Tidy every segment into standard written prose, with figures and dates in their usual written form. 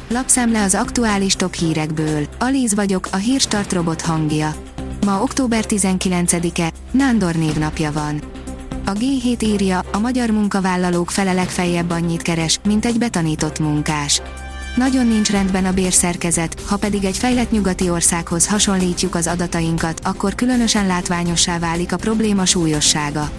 Lapszemle az aktuális top hírekből. Alíz vagyok, a Hírstart robot hangja. Ma október 19-e, Nándor névnapja van. A G7 írja, a magyar munkavállalók fele legfeljebb annyit keres, mint egy betanított munkás. Nagyon nincs rendben a bérszerkezet, ha pedig egy fejlett nyugati országhoz hasonlítjuk az adatainkat, akkor különösen látványossá válik a probléma súlyossága.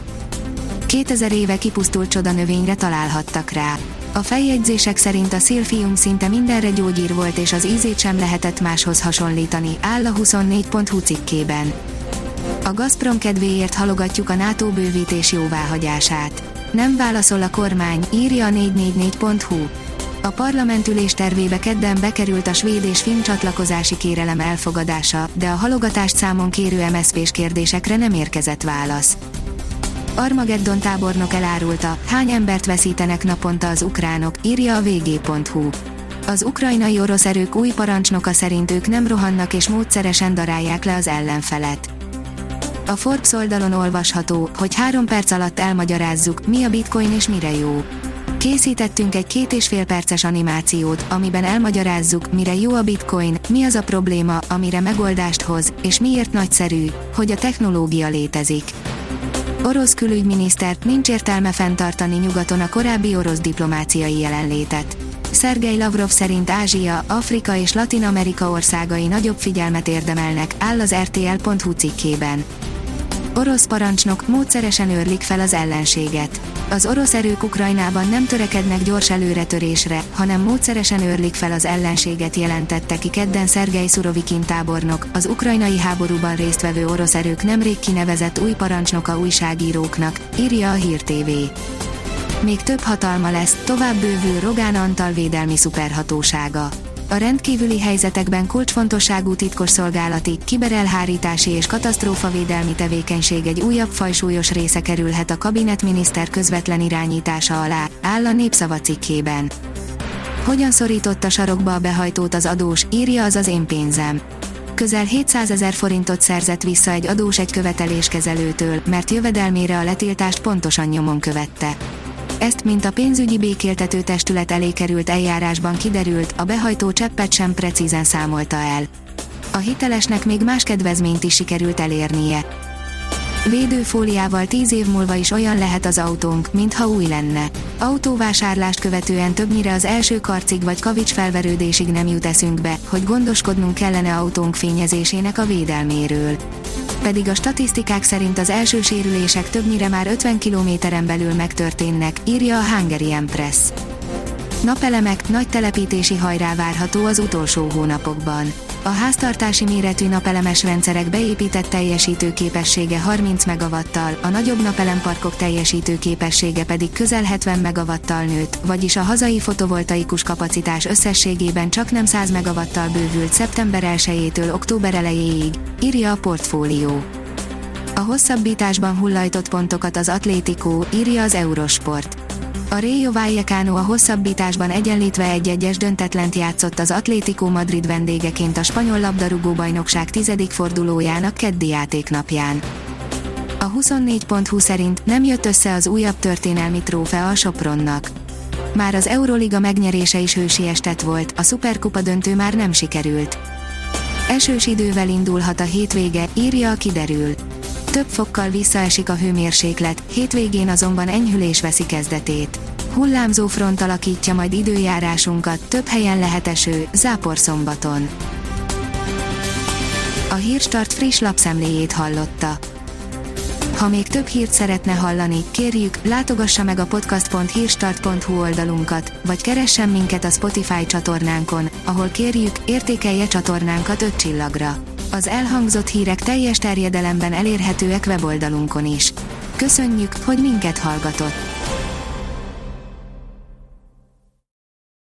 2000 éve kipusztult csodanövényre találhattak rá. A feljegyzések szerint a szilfium szinte mindenre gyógyír volt és az ízét sem lehetett máshoz hasonlítani, áll a 24.hu cikkében. A Gazprom kedvéért halogatjuk a NATO bővítés jóváhagyását. Nem válaszol a kormány, írja a 444.hu. A parlament üléstervébe kedden bekerült a svéd és finn csatlakozási kérelem elfogadása, de a halogatást számon kérő MSZP-s kérdésekre nem érkezett válasz. Armageddon tábornok elárulta, hány embert veszítenek naponta az ukránok, írja a vg.hu. Az ukrajnai orosz erők új parancsnoka szerint ők nem rohannak és módszeresen darálják le az ellenfelet. A Forbes oldalon olvasható, hogy 3 perc alatt elmagyarázzuk, mi a bitcoin és mire jó. Készítettünk egy 2,5 perces animációt, amiben elmagyarázzuk, mire jó a bitcoin, mi az a probléma, amire megoldást hoz, és miért nagyszerű, hogy a technológia létezik. Orosz külügyminiszter, nincs értelme fenntartani nyugaton a korábbi orosz diplomáciai jelenlétet. Szergej Lavrov szerint Ázsia, Afrika és Latin-Amerika országai nagyobb figyelmet érdemelnek, áll az RTL.hu cikkében. Orosz parancsnok, módszeresen őrlik fel az ellenséget. Az orosz erők Ukrajnában nem törekednek gyors előretörésre, hanem módszeresen őrlik fel az ellenséget, jelentette ki kedden Szergej Szurovikin tábornok, az ukrajnai háborúban résztvevő orosz erők nemrég kinevezett új parancsnoka újságíróknak, írja a Hír TV. Még több hatalma lesz, tovább bővül Rogán Antal védelmi szuperhatósága. A rendkívüli helyzetekben kulcsfontosságú titkosszolgálati, kiberelhárítási és katasztrófavédelmi tevékenység egy újabb fajsúlyos része kerülhet a kabinetminiszter közvetlen irányítása alá, áll a Népszava cikkében. Hogyan szorította sarokba a behajtót az adós, írja az Én pénzem. Közel 700 000 forintot szerzett vissza egy adós egy követeléskezelőtől, mert jövedelmére a letiltást pontosan nyomon követte. Ezt, mint a pénzügyi békéltető testület elé került eljárásban kiderült, a behajtó cseppet sem precízen számolta el. A hitelesnek még más kedvezményt is sikerült elérnie. Védőfóliával 10 év múlva is olyan lehet az autónk, mintha új lenne. Autóvásárlást követően többnyire az első karcig vagy kavicsfelverődésig nem jut eszünkbe, hogy gondoskodnunk kellene autónk fényezésének a védelméről. Pedig a statisztikák szerint az első sérülések többnyire már 50 kilométeren belül megtörténnek, írja a Hungarian Press. Napelemek, nagy telepítési hajrá várható az utolsó hónapokban. A háztartási méretű napelemes rendszerek beépített teljesítőképessége 30 megawattal, a nagyobb napelemparkok teljesítőképessége pedig közel 70 megawattal nőtt, vagyis a hazai fotovoltaikus kapacitás összességében csaknem 100 megawattal bővült szeptember 1-től október elejéig, írja a Portfólió. A hosszabbításban hullajtott pontokat az Atlético, írja az Eurosport. A Rayo Vallecano a hosszabbításban egyenlítve 1-1-es döntetlent játszott az Atlético Madrid vendégeként a spanyol labdarúgó-bajnokság 10. fordulójának keddi játéknapján. A 24.hu szerint nem jött össze az újabb történelmi trófea a Sopronnak. Már az Euroliga megnyerése is hősies volt, a Szuperkupa döntő már nem sikerült. Esős idővel indulhat a hétvége, írja a Kiderül. Több fokkal visszaesik a hőmérséklet, hétvégén azonban enyhülés veszi kezdetét. Hullámzó front alakítja majd időjárásunkat, több helyen lehet eső, zápor szombaton. A Hírstart friss lapszemléjét hallotta. Ha még több hírt szeretne hallani, kérjük, látogassa meg a podcast.hírstart.hu oldalunkat, vagy keressen minket a Spotify csatornánkon, ahol kérjük, értékelje csatornánkat 5 csillagra. Az elhangzott hírek teljes terjedelemben elérhetőek weboldalunkon is. Köszönjük, hogy minket hallgatott!